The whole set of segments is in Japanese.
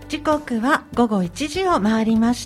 時刻は午後1時を回りました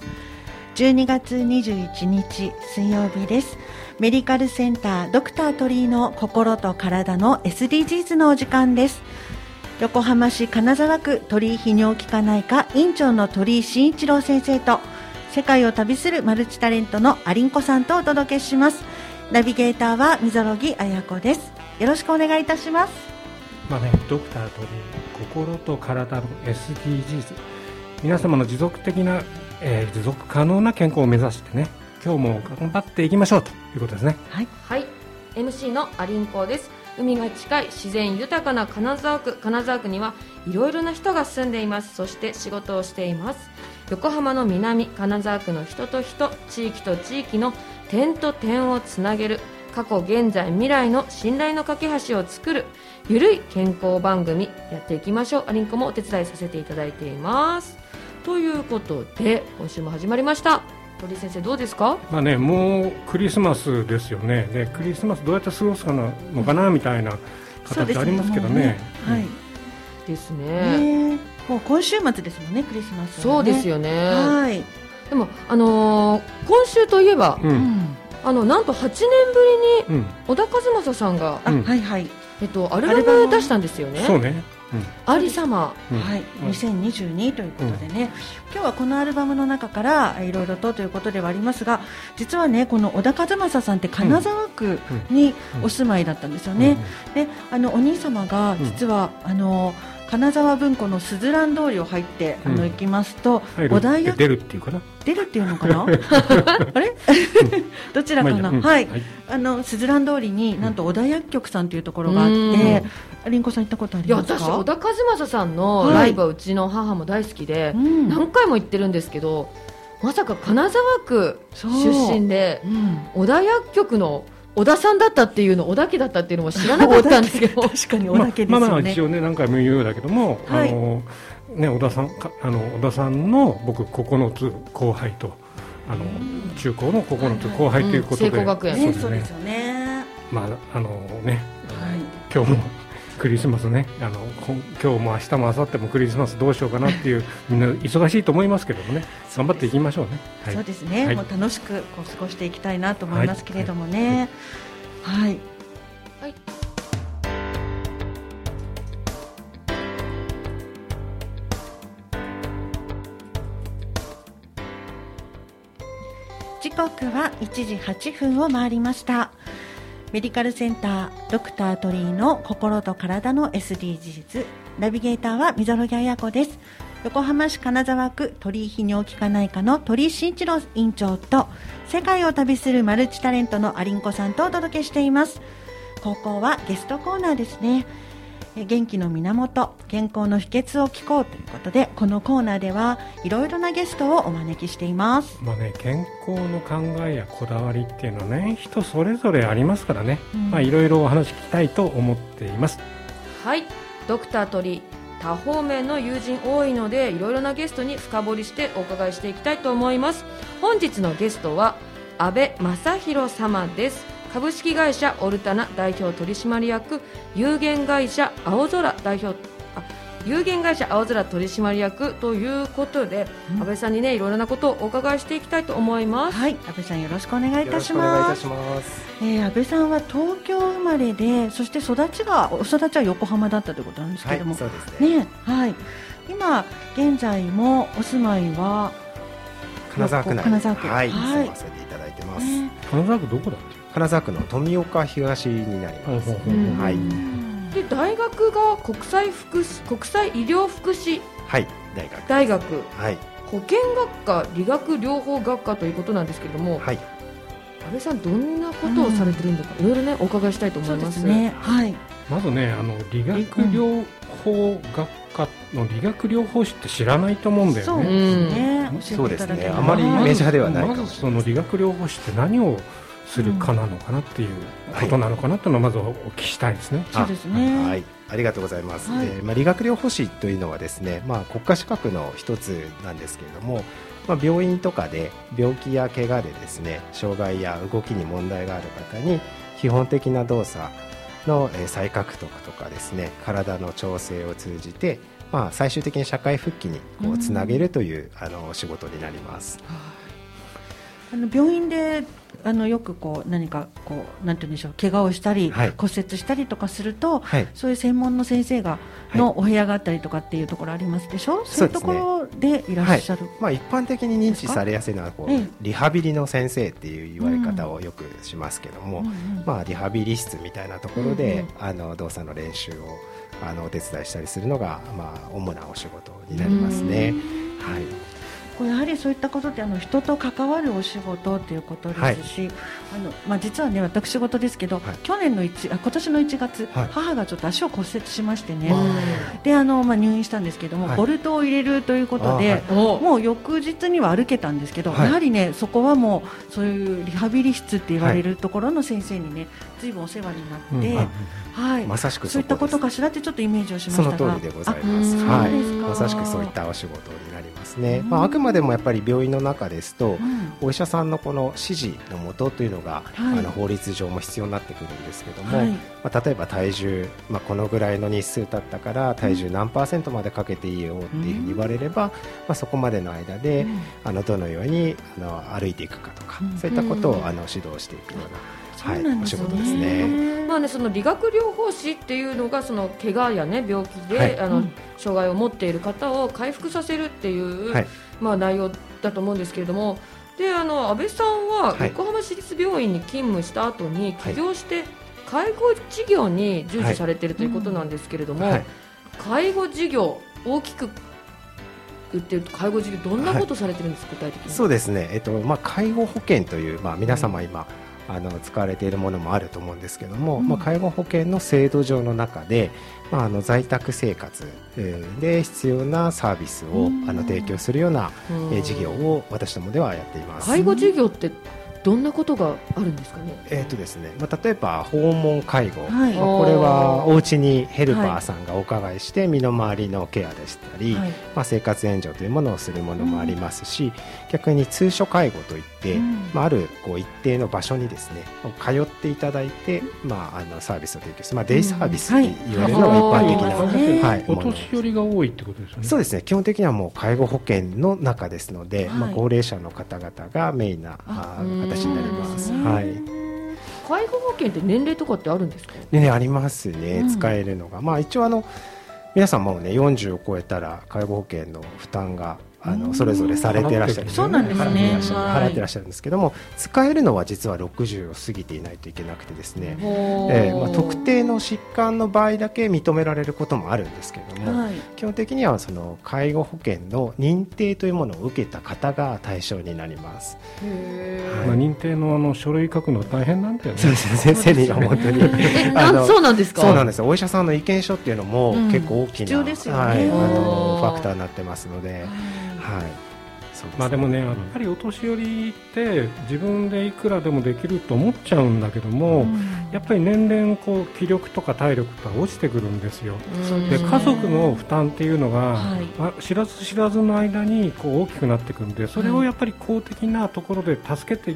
。12月21日水曜日です。メディカルセンタードクター鳥居の心と体の SDGs のお時間です。横浜市金沢区鳥居泌尿器科内科院長の鳥居慎一郎先生と、世界を旅するマルチタレントのアリンコさんとお届けします。ナビゲーターは溝呂木彩子です。よろしくお願いいたします。 ドクター鳥居心と体の SDGs、 皆様の持続的な、持続可能な健康を目指してね、今日も頑張っていきましょうということですね。 はい、MC のアリンコです。海が近い自然豊かな金沢区にはいろいろな人が住んでいます。そして仕事をしています。横浜の南金沢区の人と人、地域と地域の点と点をつなげる、過去現在未来の信頼の架け橋を作るゆるい健康番組やっていきましょう。アリンコもお手伝いさせていただいています。ということで今週も始まりました。鳥居先生どうですか？ もうクリスマスですよね。でクリスマスどうやって過ごすのかなみたいな形ありますけどね。 ですね。 もう今週末ですもんね、クリスマス、ね、 そうですよね。 はい。 でも今週といえば、なんと8年ぶりに小田和正さんが、アルバム出したんですよね。 そうね。 アリ様、 2022ということでね、今日はこのアルバムの中からいろいろということではありますが、実はね、この小田和正さんって金沢区にお住まいだったんですよね。でお兄様が実は金沢文庫のすずらん通りを入って行きますと、小田薬出るっていうかな、 出るっていうのかなあれどちらかな、すずらん通りになんと小田薬局さんというところがあって、りんこさん行ったことありますか？ いや、私小田和正さんのライブはうちの母も大好きで、何回も行ってるんですけど、まさか金沢区出身で、小田薬局の小田さんだったっていうの、小田家だったっていうのも知らなかったんですけど確かに小田家ですよね。 一応ね、何回も言うようだけども、小田さんの僕9つ後輩と、中高の9つ後輩ということで、 聖光学園、 そうですよね。 今日もクリスマスね、今日も明日も明後日もクリスマスどうしようかなっていうみんな忙しいと思いますけどもね、頑張っていきましょうね。 そうですね、もう楽しく過ごしていきたいなと思いますけれどもね。時刻は1時8分を回りました。メディカルセンタードクター鳥居の心と体の SDGs、 ナビゲーターは溝呂木彩子です。横浜市金沢区鳥居泌尿器科内科の鳥居慎一郎院長と、世界を旅するマルチタレントのアリンコさんとお届けしています。後攻はゲストコーナーですね。元気の源、健康の秘訣を聞こうということで、このコーナーではいろいろなゲストをお招きしています。 健康の考えやこだわりっていうのはね、人それぞれありますからね、いろいろお話聞きたいと思っています。 はい、ドクター鳥居、多方面の友人多いので、いろいろなゲストに深掘りしてお伺いしていきたいと思います。本日のゲストは阿部正弘様です。株式会社オルタナ代表取締役、有限会社青空取締役ということで、安倍さんにね、いろいろなことをお伺いしていきたいと思います。 安倍さんよろしくお願いいたします。安倍さんは東京生まれで、そしてお育ちは横浜だったということなんですけども、 そうですね。 今現在もお住まいは金沢区内、 住ませていただいてます。 金沢区どこだっけ？ 金沢区の富岡東になります。 で大学が国際医療福祉大学、保健学科理学療法学科ということなんですけれども、安倍さんどんなことをされてるんだか、いろいろねお伺いしたいと思います。 まずね、理学療法学科の理学療法士って知らないと思うんだよね。 そうですね、あまりメジャーではないかもしれない。 まずその理学療法士って何をするかなのかなっていうことなのかなというのをまずお聞きしたいですね。 そうですね。 ありがとうございます。理学療法士というのはですね、国家資格の一つなんですけれども、病院とかで病気や怪我でですね、障害や動きに問題がある方に基本的な動作の再獲得とかですね、体の調整を通じて最終的に社会復帰にこうつなげるという仕事になります。 病院でよく何かなんて言うんでしょう、怪我をしたり、 はい、 骨折したりとかすると、 はい、 そういう専門の先生のお部屋があったりとかっていうところありますでしょ。そういうところでいらっしゃる、 はい、一般的に認知されやすいのはリハビリの先生っていう言われ方をよくしますけども、リハビリ室みたいなところで、動作の練習をお手伝いしたりするのが、主なお仕事になりますね。はい、 やはりそういったことって人と関わるお仕事ということですし、実はね、私事ですけど、今年の1月、母がちょっと足を骨折しましてね、で入院したんですけども、ボルトを入れるということで、もう翌日には歩けたんですけど、やはりね、そこはもうそういうリハビリ室って言われるところの先生にね、随分お世話になって、 まさしくそういったことかしらってちょっとイメージをしましたが、 その通りでございます。まさしくそういったお仕事になりますね。あくまでもやっぱり病院の中ですと、お医者さんのこの指示のもとというのが、法律上も必要になってくるんですけども、例えば体重、このぐらいの日数経ったから体重何%までかけていいよっていうふうに言われれば、そこまでの間でどのように歩いていくかとか、そういったことを指導していくようなお仕事ですね。 その理学療法士っていうのが、その怪我やね、病気で、障害を持っている方を回復させるっていう、内容だと思うんですけれども、で安倍さんは横浜市立病院に勤務した後に起業して介護事業に従事されているということなんですけれども、介護事業、大きく言ってると介護事業どんなことされてるんですか、具体的に。 そうですね、介護保険という、皆様今使われているものもあると思うんですけども、介護保険の制度上の中で、在宅生活で必要なサービスを提供するような事業を私どもではやっています。 介護事業ってどんなことがあるんですかね。 ですね、例えば訪問介護、これはお家にヘルパーさんがお伺いして身の回りのケアでしたり、生活援助というものをするものもありますし、逆に通所介護といって、ある一定の場所にですね通っていただいて、サービスを提供する、デイサービスと言われるのが一般的な、 お年寄りが多いってことですよね。 そうですね、基本的にはもう介護保険の中ですので、高齢者の方々がメインな形になります。 介護保険って年齢とかってあるんですか。 ありますね、使えるのが、一応皆さんもね40を超えたら介護保険の負担がそれぞれされていらっしゃる、 そうなんですね、 払っていらっしゃるんですけども、使えるのは実は60を過ぎていないといけなくてですね、特定の疾患の場合だけ認められることもあるんですけども、基本的にはその介護保険の認定というものを受けた方が対象になります。 認定の書類書くの大変なんだよね。 そうですね、先生には本当にそうなんですか。 そうなんです。お医者さんの意見書っていうのも結構大きな、 必要ですよね、 ファクターになってますので、 でもね、やっぱりお年寄りって自分でいくらでもできると思っちゃうんだけども、やっぱり年々気力とか体力とか落ちてくるんですよ。で家族の負担っていうのが、知らず知らずの間に大きくなってくるんで、それをやっぱり公的なところで助けていって、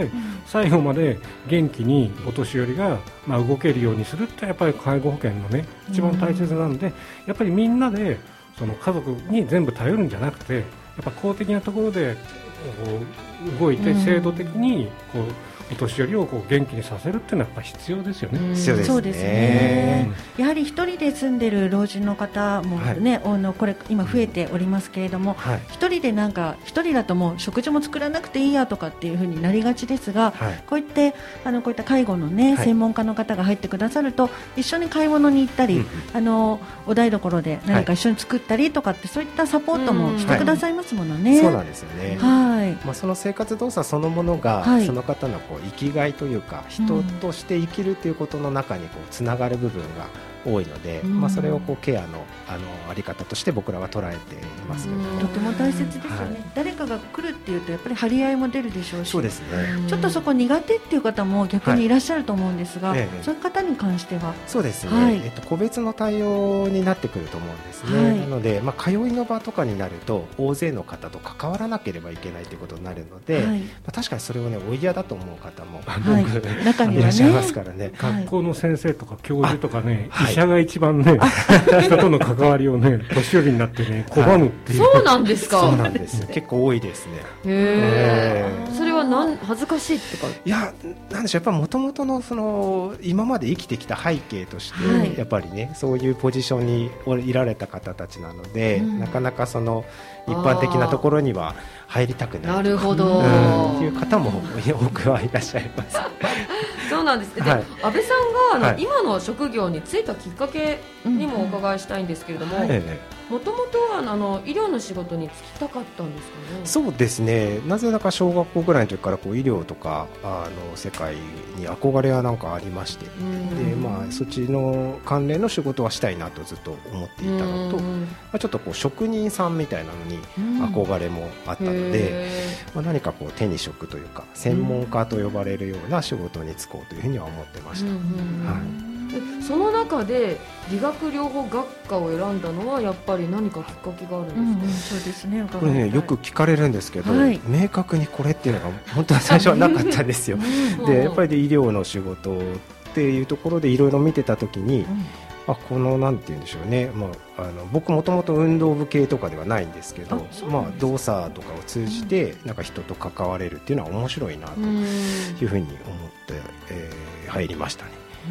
最後まで元気にお年寄りが動けるようにするってやっぱり介護保険のね一番大切なんで、やっぱりみんなでその家族に全部頼るんじゃなくて、やっぱ公的なところで動いて制度的にお年寄りを元気にさせるっていうのはやっぱ必要ですよね。 必要ですね。 そうですね。やはり一人で住んでる老人の方もね、これ今増えておりますけれども、一人で一人だともう食事も作らなくていいやとかっていう風になりがちですが、こういった介護のね、専門家の方が入ってくださると、一緒に買い物に行ったり、お台所で何か一緒に作ったりとかって、そういったサポートもしてくださいますものね。 そうなんですよね。その生活動作そのものが、その方の生きがいというか、人として生きるということの中につながる部分が多いので、それをケアのあり方として僕らは捉えていますけど、 とても大切ですよね。誰かが来るっていうとやっぱり張り合いも出るでしょうし、 そうですね、 ちょっとそこ苦手っていう方も逆にいらっしゃると思うんですが、そういう方に関してはそうですね、個別の対応になってくると思うんですね。なので、通いの場とかになると大勢の方と関わらなければいけないということになるので、確かにそれをねお嫌だと思う方も、 中にはいらっしゃいますからね。 学校の先生とか教授とかね、一者が一番ね、人との関わりをね、年寄りになってね、拒むっていう、 そうなんですか。 そうなんですね。結構多いですね。 それは恥ずかしいってか。 いや、なんでしょう、やっぱ元々のその今まで生きてきた背景として、 はい、 やっぱりね、そういうポジションにいられた方たちなので、なかなかその一般的なところには入りたくない。 なるほど。 っていう方も多くはいらっしゃいます。 そうなんです。で、安倍さんが今の職業に就いたきっかけにもお伺いしたいんですけれども、もともとは医療の仕事に就きたかったんですかね。 そうですね。なぜだか小学校ぐらいの時からこう医療とか世界に憧れはなんかありまして、でそっちの関連の仕事はしたいなとずっと思っていたのと、ちょっとこう職人さんみたいなのに憧れもあったので、何かこう手に職というか専門家と呼ばれるような仕事に就こうというふうには思ってました。 その中で理学療法学科を選んだのはやっぱり何かきっかけがあるんですか。 そうですね。 これね、よく聞かれるんですけど、明確にこれっていうのが本当は最初はなかったんですよ。でやっぱり医療の仕事っていうところでいろいろ見てた時に、このなんて言うんでしょうね、僕もともと運動部系とかではないんですけど、動作とかを通じてなんか人と関われるっていうのは面白いなというふうに思って、入りましたね。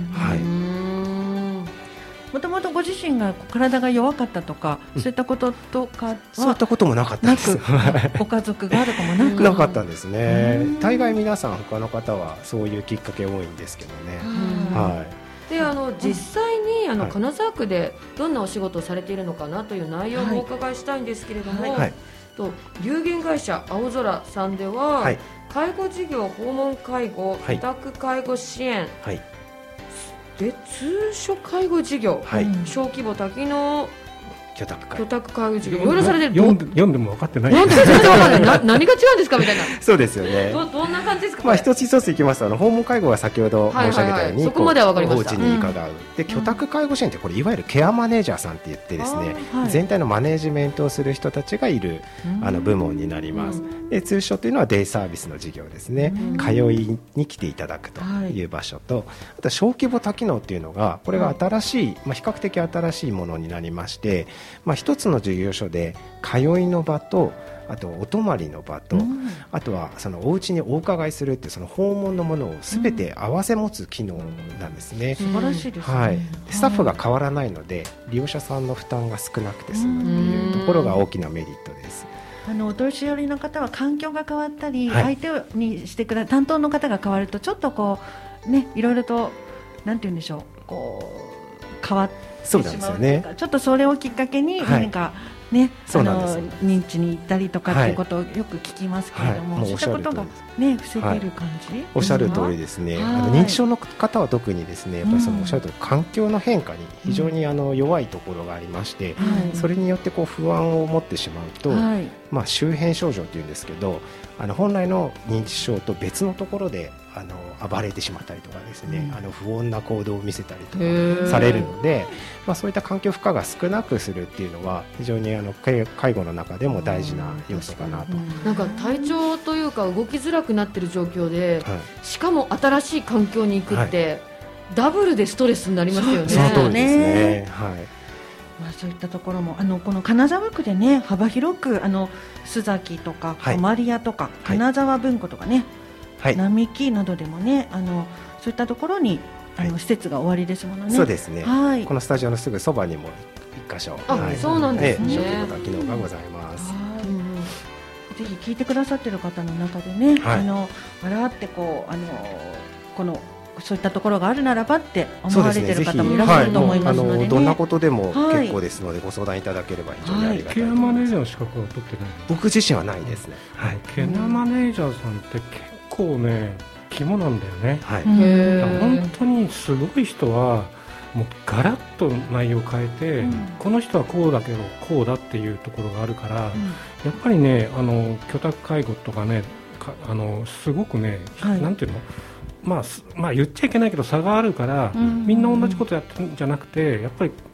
もともとご自身が体が弱かったとか、そういったこととかはそういったこともなかったんです。 ご家族があるかもなかったんですね。大概皆さん他の方はそういうきっかけ多いんですけどね。 で実際に金沢区でどんなお仕事をされているのかなという内容もお伺いしたいんですけれども、有限会社青空さんでは、介護事業、訪問介護、居宅介護支援、で通所介護事業、小規模多機能居宅介護事業、いろいろされてる。 読んでも分かってない。 全然分かんない。何が違うんですかみたいな。 そうですよね。 どんな感じですか。 一つ一ついきますと、訪問介護は先ほど申し上げたように、 そこまでは分かりました。 お家に伺う。で、居宅介護支援ってこれいわゆるケアマネージャーさんって言ってですね、全体のマネージメントをする人たちがいる部門になります。で、通所というのはデイサービスの事業ですね。通いに来ていただくという場所と、あと小規模多機能っていうのが、これが新しい、比較的新しいものになりまして、一つの事業所で通いの場と、あとお泊まりの場と、あとはそのお家にお伺いするっていうその訪問のものをすべて合わせ持つ機能なんですね。 素晴らしいですね。 スタッフが変わらないので利用者さんの負担が少なくて済むっていうところが大きなメリットです。 お年寄りの方は環境が変わったり、相手にしてくれる担当の方が変わるとちょっとこうね、いろいろとなんて言うんでしょう、こう変わってしまうというか、ちょっとそれをきっかけに何かね、認知に行ったりとかっていうことをよく聞きますけれども、そういったことがね防げる感じ。 おっしゃる通りですね。認知症の方は特にですね、やっぱりそのおっしゃる通り環境の変化に非常に弱いところがありまして、それによってこう不安を持ってしまうと、周辺症状というんですけど、本来の認知症と別のところで暴れてしまったりとかですね、不穏な行動を見せたりとかされるので、そういった環境負荷が少なくするっていうのは非常に介護の中でも大事な要素かなと。 なんか体調というか動きづらくなってる状況で、しかも新しい環境に行くって、ダブルでストレスになりますよね。 その通りですね。 そういったところもこの金沢区でね、幅広く須崎とかマリアとか金沢文庫とかね、並木などでもね、そういったところに施設が終わりですものね。 そうですね。このスタジオのすぐそばにも1箇所、 そうなんですね。 小規模多機能がございます。 ぜひ聞いてくださっている方の中でね、笑ってこのそういったところがあるならばって思われている方もいらっしゃると思いますのでね、 どんなことでも結構ですのでご相談いただければ非常にありがたい。 ケアマネージャーの資格は取ってない？ 僕自身はないですね。 ケアマネージャーさんって結構ね肝なんだよね。本当にすごい人はもうガラッと内容を変えて、この人はこうだけどこうだっていうところがあるから、やっぱりね居宅介護とかねすごくね、なんていうの、言っちゃいけないけど差があるから、みんな同じことやってるんじゃなくて、やっぱり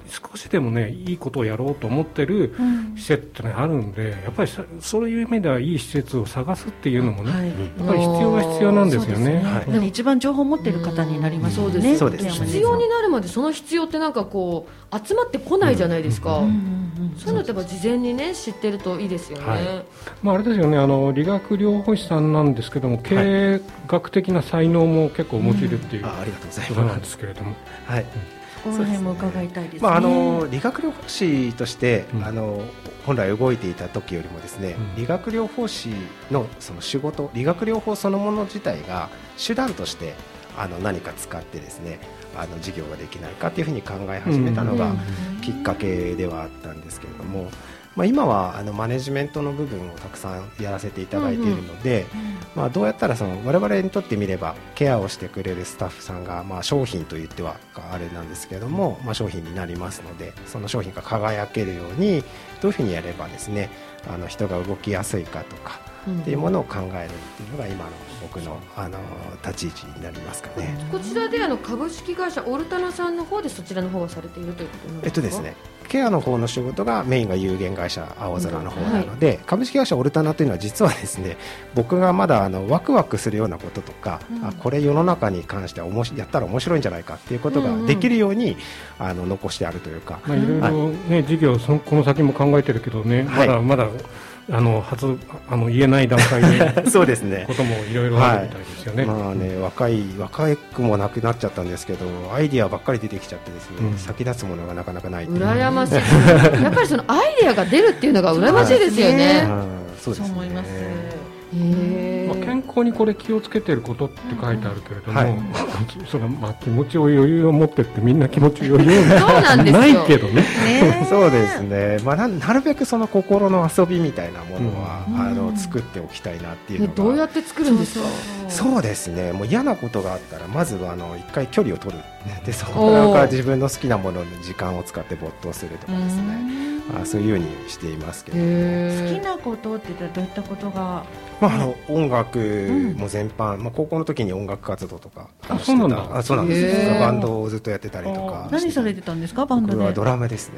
少しでもねいいことをやろうと思ってる施設ってのがあるんで、やっぱりそういう意味ではいい施設を探すっていうのもね、 はい、 やっぱり必要は必要なんですよね。 はい、でも一番情報を持っている方になりますよね。 そうですね。 必要になるまでその必要ってなんかこう集まってこないじゃないですか。そういうのってやっぱ事前にね知ってるといいですよね。はい、 まあ、あれですよね、理学療法士さんなんですけども、経営学的な才能も結構お持ちでっていうことなんですけれども、 はい、 この辺も伺いたいですね。 まあ、理学療法士として、本来動いていた時よりもですね、理学療法士のその仕事、理学療法そのもの自体が手段として何か使ってですね事業ができないかというふうに考え始めたのがきっかけではあったんですけれども、まあ、今はマネジメントの部分をたくさんやらせていただいているので、まあ、どうやったら我々にとってみればケアをしてくれるスタッフさんが、まあ、商品といってはあれなんですけれども、まあ、商品になりますので、その商品が輝けるようにどういうふうにやればですね人が動きやすいかとかっていうものを考えるっていうのが今の僕の立ち位置になりますかね。 こちらで株式会社オルタナさんの方でそちらの方はされているということなんですか？ ですね、ケアの方の仕事がメインが有限会社青空の方なので、株式会社オルタナというのは実はですね、僕がまだワクワクするようなこととか、これ世の中に関してはやったら面白いんじゃないかっていうことができるように残してあるというか、 まあ、いろいろね、事業この先も考えてるけどね、まだ言えない段階でそうですね、 こともいろいろあるみたいですよね。 まあね、若くもなくなっちゃったんですけど、アイディアばっかり出てきちゃってですね、先立つものがなかなかないっていう。 羨ましいやっぱりそのアイディアが出るっていうのが羨ましいですよね。 そうですね、そう思います。 まあ、健康にこれ気をつけてることって書いてあるけれども、気持ちを余裕を持ってってみんな気持ち余裕ないけどね。 そうですね、まあ、なるべくその心の遊びみたいなものは、作っておきたいなっていうのが。 どうやって作るんですか？ そうですね、もう嫌なことがあったらまずは一回距離を取る。でそこから自分の好きなものに時間を使って没頭するとかですね、そういうようにしていますけど。 好きなことって言ったらどういったことが？ まあ、音楽も全般、まあ、高校の時に音楽活動とかそうなんです。バンドをずっとやってたりとか。 何されてたんですか、バンドで？ 僕はドラムですね。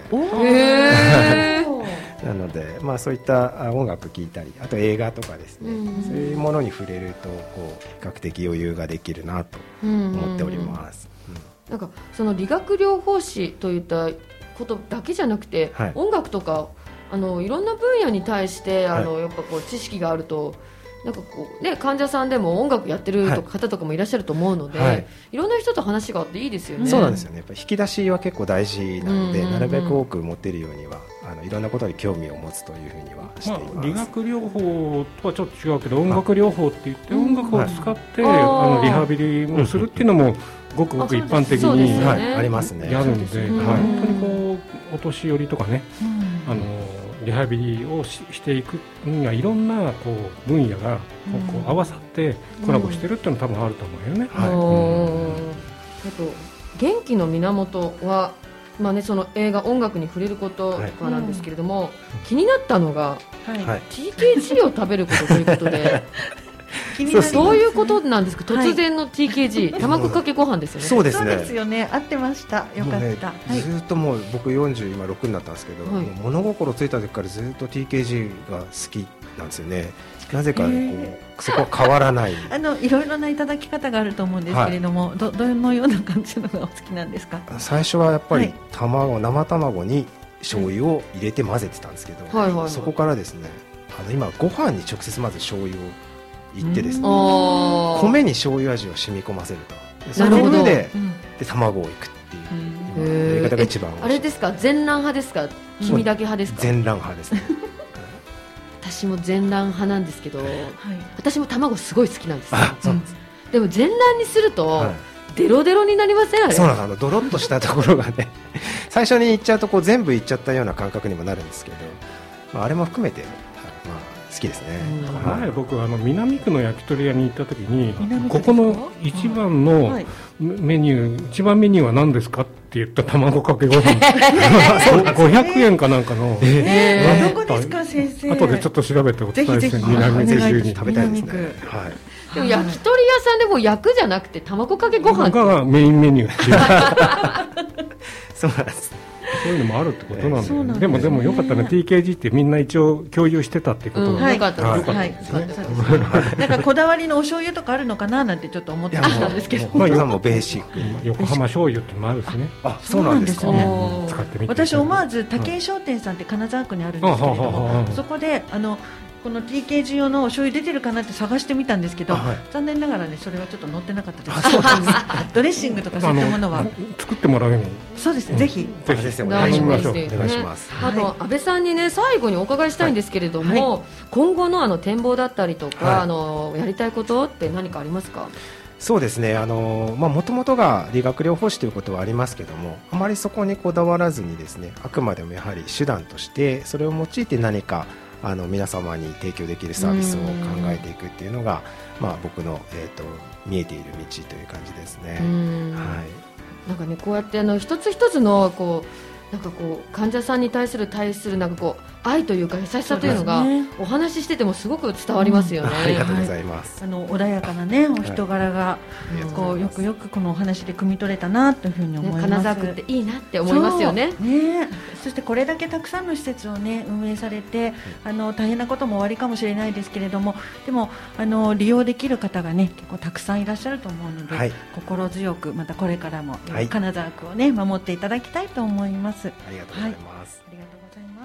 なので、まあ、そういった音楽聴いたり、あと映画とかですね、そういうものに触れると比較的余裕ができるなと思っております。 なんかその理学療法士といったことだけじゃなくて、音楽とかいろんな分野に対してやっぱこう知識があると、なんかこうね、患者さんでも音楽やってる方とかもいらっしゃると思うので、いろんな人と話があっていいですよね。 そうなんですよね。やっぱ引き出しは結構大事なので、なるべく多く持てるようにはいろんなことに興味を持つというふうにはしています。 理学療法とはちょっと違うけど、音楽療法って言って音楽を使ってリハビリをするっていうのもごくごく一般的にありますね。 やるんで、本当にこうお年寄りとかね、リハビリをしていくにはいろんなこう分野がこう合わさってコラボしてるっていうのは多分あると思うよね。 元気の源は、まあね、その映画音楽に触れることとかなんですけれども、気になったのが、TKG を食べることということでどういうことなんですか？突然の TKG、卵かけご飯ですよね。 そうですね。 そうですよね。合ってました。よかった。 ずっともう僕40今6になったんですけど、物心ついた時からずっと TKG が好きなんですよね。なぜかそこは変わらない。 いろいろないただき方があると思うんですけれども、どのような感じのがお好きなんですか？最初はやっぱり生卵に醤油を入れて混ぜてたんですけど、そこからですね、今ご飯に直接まず醤油をいってですね、米に醤油味を染み込ませると、その上で卵をいくっていうやり方が一番。 あれですか、全卵派ですか、黄身だけ派ですか？ 全卵派ですね。 私も全卵派なんですけど、私も卵すごい好きなんですよ。でも全卵にするとデロデロになりません？ そうなんです。ドロッとしたところがね最初にいっちゃうと全部いっちゃったような感覚にもなるんですけど、あれも含めて好きですね。 前僕南区の焼き鳥屋に行った時に、ここの一番のメニュー、一番メニューは何ですかって言った卵かけご飯500円かなんかの、 どこですか先生？ 後でちょっと調べてお伝えして、南区に食べたいですね。 でも焼き鳥屋さんでも焼くじゃなくて卵かけご飯がメインメニューっていうそうなんです。 そういうのもあるってことなんだよね。 そうなんですねでもよかったね。TKG ってみんな一応共有してたってことが、 よかったです。 はい、そうですなんかこだわりのお醤油とかあるのかななんてちょっと思ってましたんですけど、 まあ今もベーシック。 横浜醤油ってのもあるしね。 あ、そうなんですか。 そうなん使ってみて。 私思わず武井商店さんって金沢区にあるんですけれども、そこでこの TKG 用のお醤油出てるかなって探してみたんですけど、残念ながらねそれはちょっと載ってなかったです。ドレッシングとかそういったものは作ってもらうように。 そうですね、ぜひぜひですね、お願いします。 お願いします。 あと安倍さんにね最後にお伺いしたいんですけれども、今後の展望だったりとか、やりたいことって何かありますか？ そうですね、もともとが理学療法士ということはありますけども、あまりそこにこだわらずにですね、あくまでもやはり手段としてそれを用いて何か皆様に提供できるサービスを考えていくっていうのが、僕の、見えている道という感じですね。 なんかねこうやって一つ一つのなんか患者さんに対するなんか愛というか優しさというのがお話ししててもすごく伝わりますよね。 ありがとうございます。 穏やかなねお人柄がよくよくこのお話で汲み取れたなというふうに思います。 金沢区っていいなって思いますよね。 そしてこれだけたくさんの施設をね運営されて大変なこともおありかもしれないですけれども、でも利用できる方がね結構たくさんいらっしゃると思うので、心強くまたこれからも金沢区をね守っていただきたいと思います。 ありがとうございます。 ありがとうございます。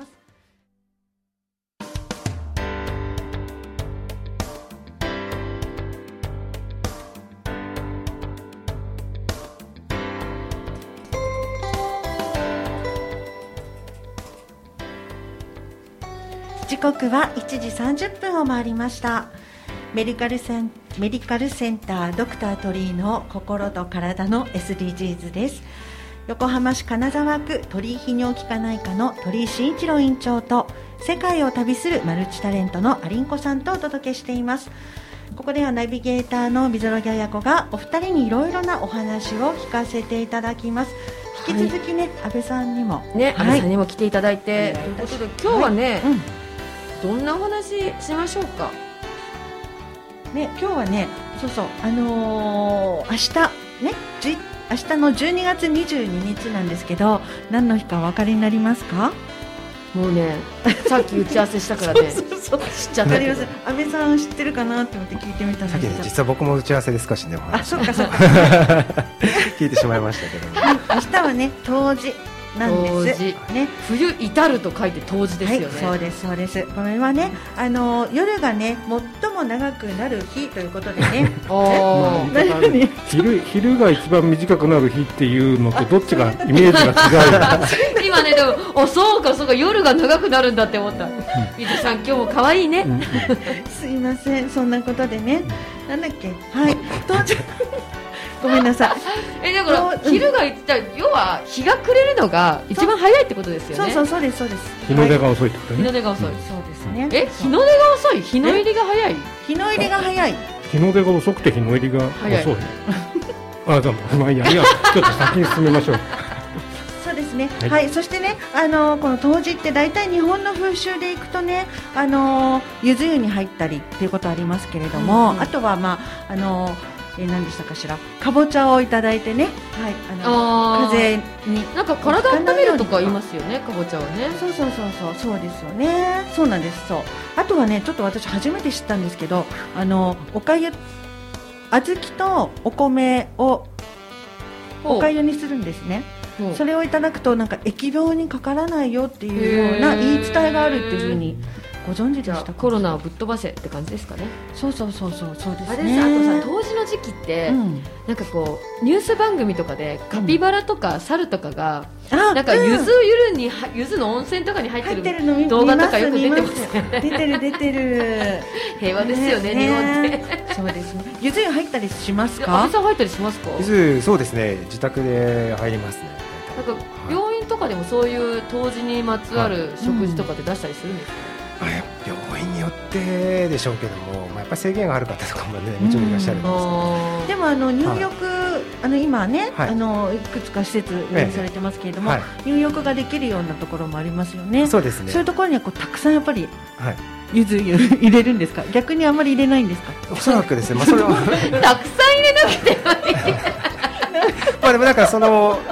時刻は1時30分を回りました。メディカルセンタードクター鳥居の心と体の SDGs です。横浜市金沢区鳥居泌尿器科内科の鳥居慎一郎院長と世界を旅するマルチタレントのアリンコさんとお届けしています。ここではナビゲーターの溝呂木彩子がお二人にいろいろなお話を聞かせていただきます。引き続きね、安倍さんにも安倍さんにも来ていただいて、ということで今日はね、どんなお話しましょうかね。今日はね明日ね明日の12月22日なんですけど、何の日かお分かりになりますか？ もうねさっき打ち合わせしたからね知っちゃった。 安倍さん知ってるかなって思って聞いてみたんですけど、 実は僕も打ち合わせで少しねお話そうか聞いてしまいましたけども、 明日はね冬至なんですね。 冬至ると書いて冬至ですよね。 そうですそうです。これはね夜がね最も長くなる日ということでね昼が一番短くなる日っていうのとどっちがイメージが違う今ねでもそうか夜が長くなるんだって思った。水さん今日も可愛いねすいません、そんなことでね、なんだっけ、冬至ごめんなさい。 だから昼が要は日が暮れるのが一番早いってことですよね。 そうです。 日の出が遅いってことね。 日の出が遅い。 そうですね。 日の出が遅い。日の入りが早い。 日の入りが早い。 日の出が遅くて日の入りが遅い。じゃあいやちょっと先に進めましょう。 そうですね。はい。そしてねこの冬至って大体日本の風習でいくとね柚子湯に入ったりっていうことありますけれども、あとは何でしたかしら、かぼちゃをいただいてね、風邪になんか体を温めるとか言いますよね、かぼちゃはね。 そうですよね。そうなんです。あとはねちょっと私初めて知ったんですけど、おかゆ小豆とお米をおかゆにするんですね。それをいただくとなんか疫病にかからないよっていうような言い伝えがあるっていうふうにご存知でしたか？ コロナをぶっ飛ばせって感じですかね。 そうですね。 あとさ冬至の時期って、なんかニュース番組とかでカピバラとか猿とかが、なんか柚子の温泉とかに入ってる動画とかよく出てますよね。 出てる平和ですよね、日本って。 そうですね。柚子入ったりしますか？ 安倍さん入ったりしますか？ 柚子そうですね、自宅で入りますね。 なんか病院とかでもそういう冬至にまつわる食事とかで出したりするんですか？ 病院によってでしょうけども、やっぱり制限がある方とかもねもちろんいらっしゃるんですけど、 でも入浴今ねいくつか施設運営されてますけれども、入浴ができるようなところもありますよね。 そうですね。 そういうところにはたくさんやっぱり柚子入れるんですか？逆にあんまり入れないんですか？ おそらくですね。それはたくさん入れなくてもいい。 でもなんか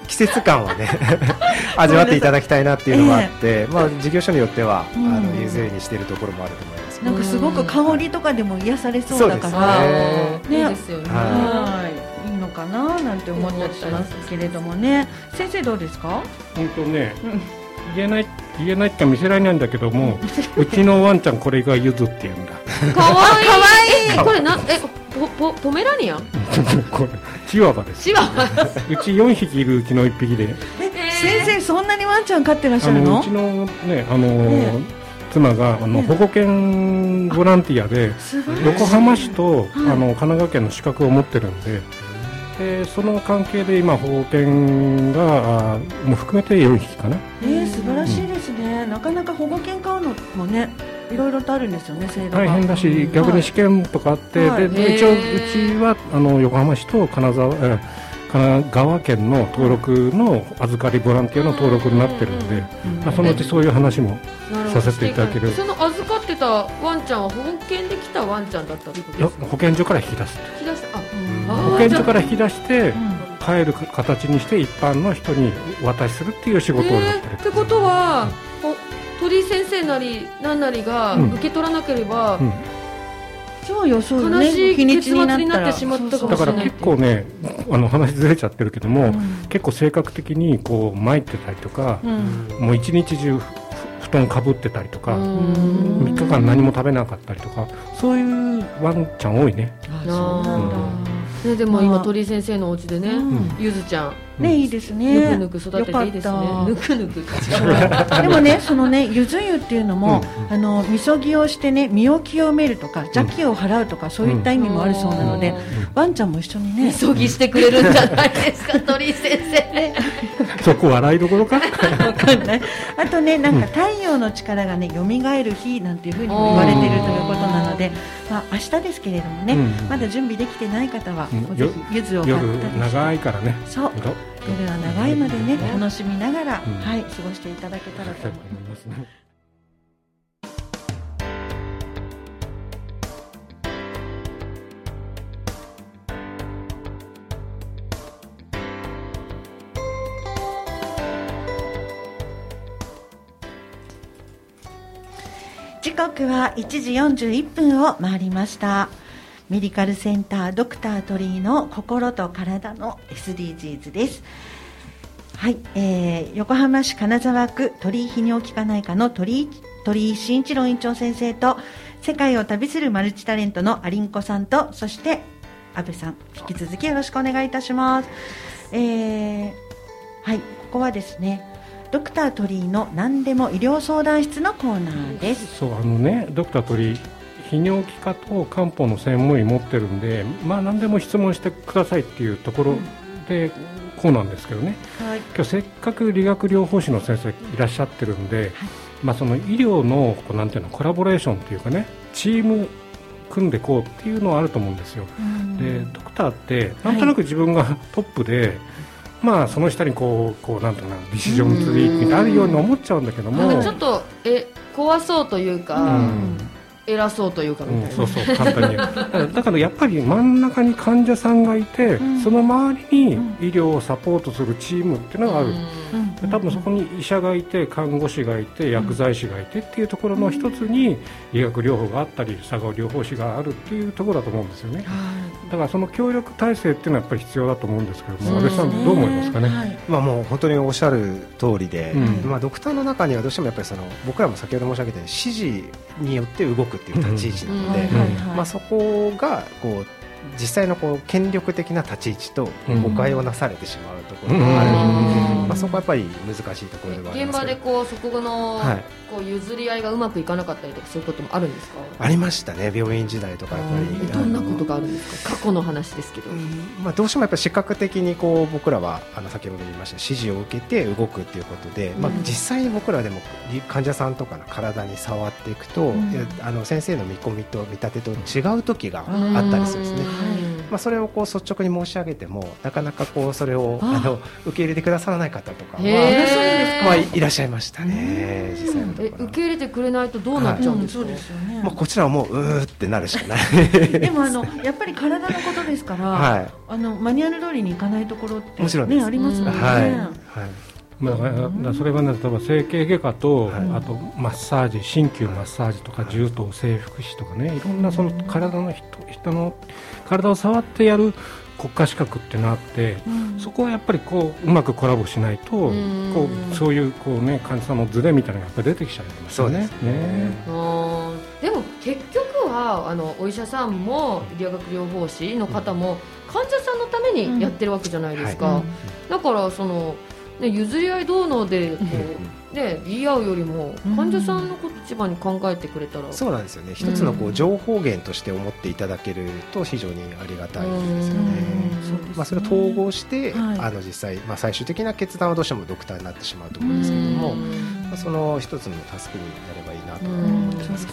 季節感をね味わっていただきたいなっていうのがあって、まあ、事業所によっては、ゆず湯にしているところもあると思います。 なんかすごく香りとかでも癒されそうだから、 ね、いいですよね。 はい、いいのかななんて思ったりしますけれどもね。先生どうですか？ 本当ね、言えないって見せられないんだけどもうちのワンちゃんこれがゆずって言うんだ。 かわいい。これポメラニアン？ これチワワです。 チワワ。 うち4匹いるうちの1匹で。 先生そんなにワンちゃん飼ってらっしゃるの？ うちのね妻が保護犬ボランティアで横浜市と神奈川県の資格を持ってるんで、その関係で今保護犬がもう含めて4匹かな。 素晴らしいですね。なかなか保護犬飼うのもねいろいろとあるんですよね、制度が。大変だし逆に試験とかあって、で一応うちは横浜市と神奈川県の登録の預かりボランティアの登録になってるので、そのうちそういう話もさせていただける。 その預かってたワンちゃんは保護犬で来たワンちゃんだったってことですか？ 保健所から引き出す。保健所から引き出して帰る形にして一般の人にお渡しするっていう仕事をやってる。 ってことは、鳥居先生なり何なりが受け取らなければ、 そうよ、そうよね、 悲しい結末になってしまったかもしれない。 だから結構ね話ずれちゃってるけども、結構性格的にこう参ってたりとか、もう一日中布団かぶってたりとか、3日間何も食べなかったりとか、そういうワンちゃん多いね。 そうなんだ。 でも今鳥居先生のお家でね、ゆずちゃんね、いいですね。 ぬくぬく育てていいですね。ぬくぬくでもね、そのね、ゆず湯っていうのも、みそぎをしてね、身を清めるとか邪気を払うとか、そういった意味もあるそうなので、ワンちゃんも一緒にねみそぎしてくれるんじゃないですか鳥居先生。 そこ笑いどころかわかんない。あとね、なんか太陽の力がね、蘇る日なんていうふうにも言われているということなので、明日ですけれどもね、まだ準備できてない方はぜひゆずを買ったりして、 夜長いからね。 そう、夜は長いのでね、楽しみながら、はい、過ごしていただけたらと思いますね。時刻は1時41分を回りました。メディカルセンタードクター鳥居の心と体の SDGs です。はい、横浜市金沢区鳥居泌尿器科内科の鳥居慎一郎院長先生と、世界を旅するマルチタレントのアリンコさんと、そして安部さん、引き続きよろしくお願いいたします。はい、ここはですね、ドクター鳥居の何でも医療相談室のコーナーです。 そう、ドクター鳥居泌尿器科と漢方の専門医持ってるんで、何でも質問してくださいっていうところで、こうなんですけどね、今日せっかく理学療法士の先生いらっしゃってるんで、その医療のなんていうのコラボレーションっていうかね、チーム組んでこうっていうのはあると思うんですよ。でドクターってなんとなく自分がトップで、その下にこうなんていうのディシジョンツリーってあるように思っちゃうんだけども、 ちょっと怖そうというか、偉そうというかみたいな、 そう簡単にだからやっぱり真ん中に患者さんがいて、その周りに医療をサポートするチームっていうのがある。多分そこに医者がいて、看護師がいて、薬剤師がいてっていうところの一つに理学療法があったり、作業療法士があるっていうところだと思うんですよね。だからその協力体制っていうのはやっぱり必要だと思うんですけども、安部さんどう思いますかね。 もう本当におっしゃる通りで、ドクターの中にはどうしてもやっぱり僕らも先ほど申し上げたように指示によって動くっていう立ち位置なので、そこが実際の権力的な立ち位置と誤解をなされてしまうところがあるので、そこはやっぱり難しいところではありますけど、 現場でそこの譲り合いがうまくいかなかったりとか、そういうこともあるんですか？ ありましたね、病院時代とかやっぱり。 どんなことがあるんですか？過去の話ですけど、 どうしてもやっぱり視覚的に僕らは先ほど言いました指示を受けて動くっていうことで、実際に僕らでも患者さんとかの体に触っていくと、先生の見込みと見立てと違う時があったりするんですね。 それをこう率直に申し上げてもなかなかこうそれを受け入れてくださらない方とかはいらっしゃいましたね、実際のところ。 受け入れてくれないとどうなっちゃうんですか？ こちらはもううーってなるしかないでもやっぱり体のことですから、マニュアル通りにいかないところってもちろんです、 ありますよね。 それはね、例えば整形外科と、あとマッサージ、鍼灸マッサージとか柔道整復師とかね、いろんなその体の人の体を触ってやる国家資格っていうのがあって、そこはやっぱりこううまくコラボしないと、こうそういうこうね患者さんのズレみたいなのがやっぱり出てきちゃいますよね。 でも結局はお医者さんも理学療法士の方も患者さんのためにやってるわけじゃないですか。だからその譲り合いどうのでこう、言い合うよりも患者さんのこと一番に考えてくれたら、 そうなんですよね。一つのこう情報源として思っていただけると非常にありがたいですよね。それを統合して、実際、最終的な決断はどうしてもドクターになってしまうと思うんですけれども、その一つの助けになればいいなと思ってます。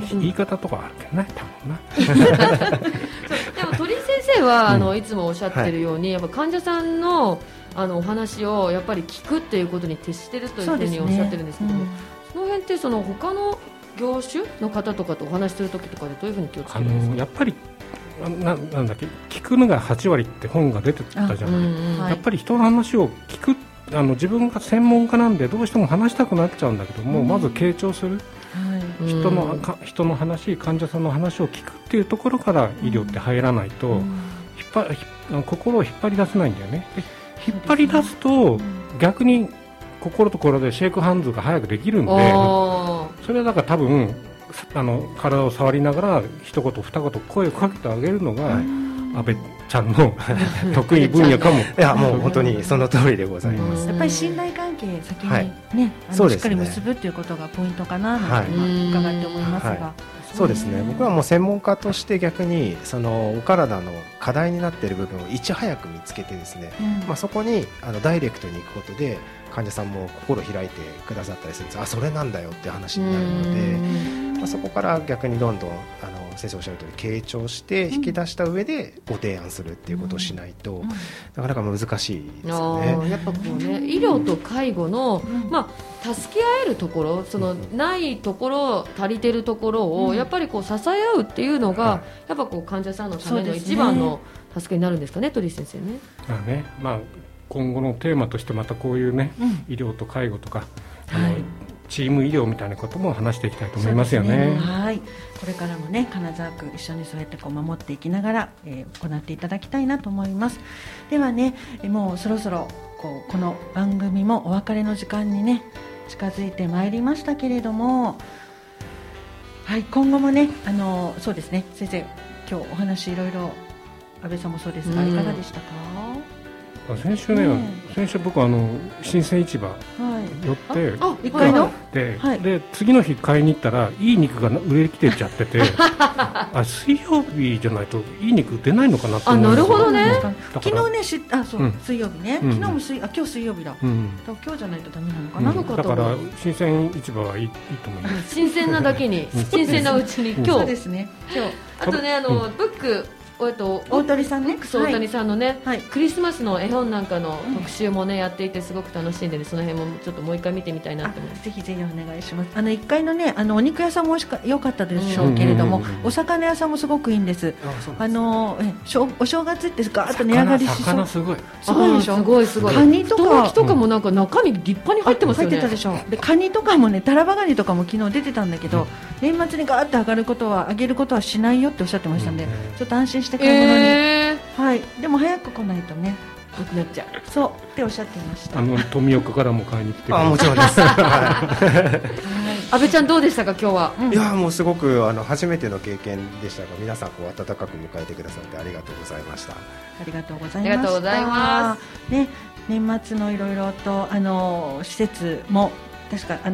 言い方とかあるけどね、多分なでも鳥居先生は、いつもおっしゃってるように、やっぱ患者さんのお話をやっぱり聞くっていうことに徹してるというふうにおっしゃってるんですけども、その辺ってその他の業種の方とかとお話しするときとかでどういうふうに気をつけるんですか？ やっぱりなんだっけ、聞くのが8割って本が出てたじゃない。やっぱり人の話を聞く、自分が専門家なんでどうしても話したくなっちゃうんだけども、まず傾聴する、人の話、患者さんの話を聞くっていうところから医療って入らないと、心を引っ張り出せないんだよね。引っ張り出すと逆に心と心でシェイクハンズが早くできるんで、それはだから多分体を触りながら一言二言声をかけてあげるのが安倍ちゃんの得意分野かも。いや、もう本当にその通りでございます。 やっぱり信頼関係先にね、しっかり結ぶっていうことがポイントかなと伺って思いますが。 そうですね。僕はもう専門家として逆にそのお体の課題になっている部分をいち早く見つけてですね、そこにダイレクトに行くことで患者さんも心開いてくださったりするんです。それなんだよって話になるので、そこから逆にどんどん先生おっしゃる通り傾聴して引き出した上でご提案するっていうことをしないと、なかなか難しいですよね。 やっぱこうね、医療と介護の、助け合えるところ、そのないところ、足りてるところをやっぱりこう支え合うっていうのが、やっぱこう患者さんのための一番の助けになるんですかね、鳥居先生ね。 今後のテーマとしてまたこういうね、医療と介護とかチーム医療みたいなことも話していきたいと思いますよね。 これからもね、金沢区一緒にそうやってこう守っていきながら、行っていただきたいなと思います。ではね、もうそろそろこの番組もお別れの時間にね近づいてまいりましたけれども、今後もね、そうですね、先生今日お話いろいろ安倍さんもそうですが、いかがでしたか？ 先週僕新鮮市場寄って 1階ので次の日買いに行ったらいい肉が売れ切れちゃってて水曜日じゃないといい肉出ないのかなって思うんですよ。 なるほどね。 昨日ね、水曜日ね、昨日も今日水曜日だ、今日じゃないとダメなのかな、 だから新鮮市場はいいと思います。 新鮮なだけに新鮮なうちに今日そうですね。 あとね、ブック大鳥さんね、 大谷さんのね、クリスマスの絵本なんかの特集もね、やっていてすごく楽しんで、その辺もちょっともう一回見てみたいなと思います。 ぜひぜひお願いします。1階のね、お肉屋さんも良かったでしょうけれども、お魚屋さんもすごくいいんです。お正月ってガーッと値上がりしそう。 魚すごいでしょ。 すごい。 カニとかとかもなんか中身立派に入ってますよね。 入ってたでしょ。でカニとかもね、タラバガニとかも昨日出てたんだけど、年末にガーッと上げることはしないよっておっしゃってましたんで、ちょっと安心して買い物に。でも早く来ないとねなっちゃう。そうっておっしゃっていました。 富岡からも買いに来て。 もちろんです。 安倍ちゃんどうでしたか今日は？ いやもうすごく初めての経験でしたが、皆さん温かく迎えてくださってありがとうございました。 ありがとうございます。ね、年末のいろいろと施設も確か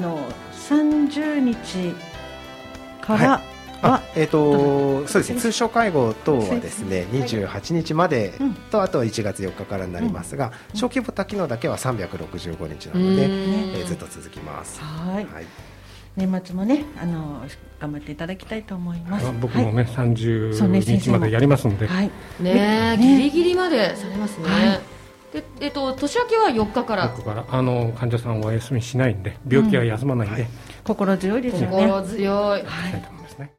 30日からそうですね、通所介護等はですね28日までと、あとは1月4日からになりますが、小規模多機能だけは365日なので、ずっと続きます。 年末もね頑張っていただきたいと思います。 僕もね、 そうね 30日までやりますので、 はいねえ、ギリギリまでされますね。 はいで年明けは4日から僕から患者さんはお休みしないんで、病気は休まないんで、 心強いですよね。 心強い。 やりたいと思いますね。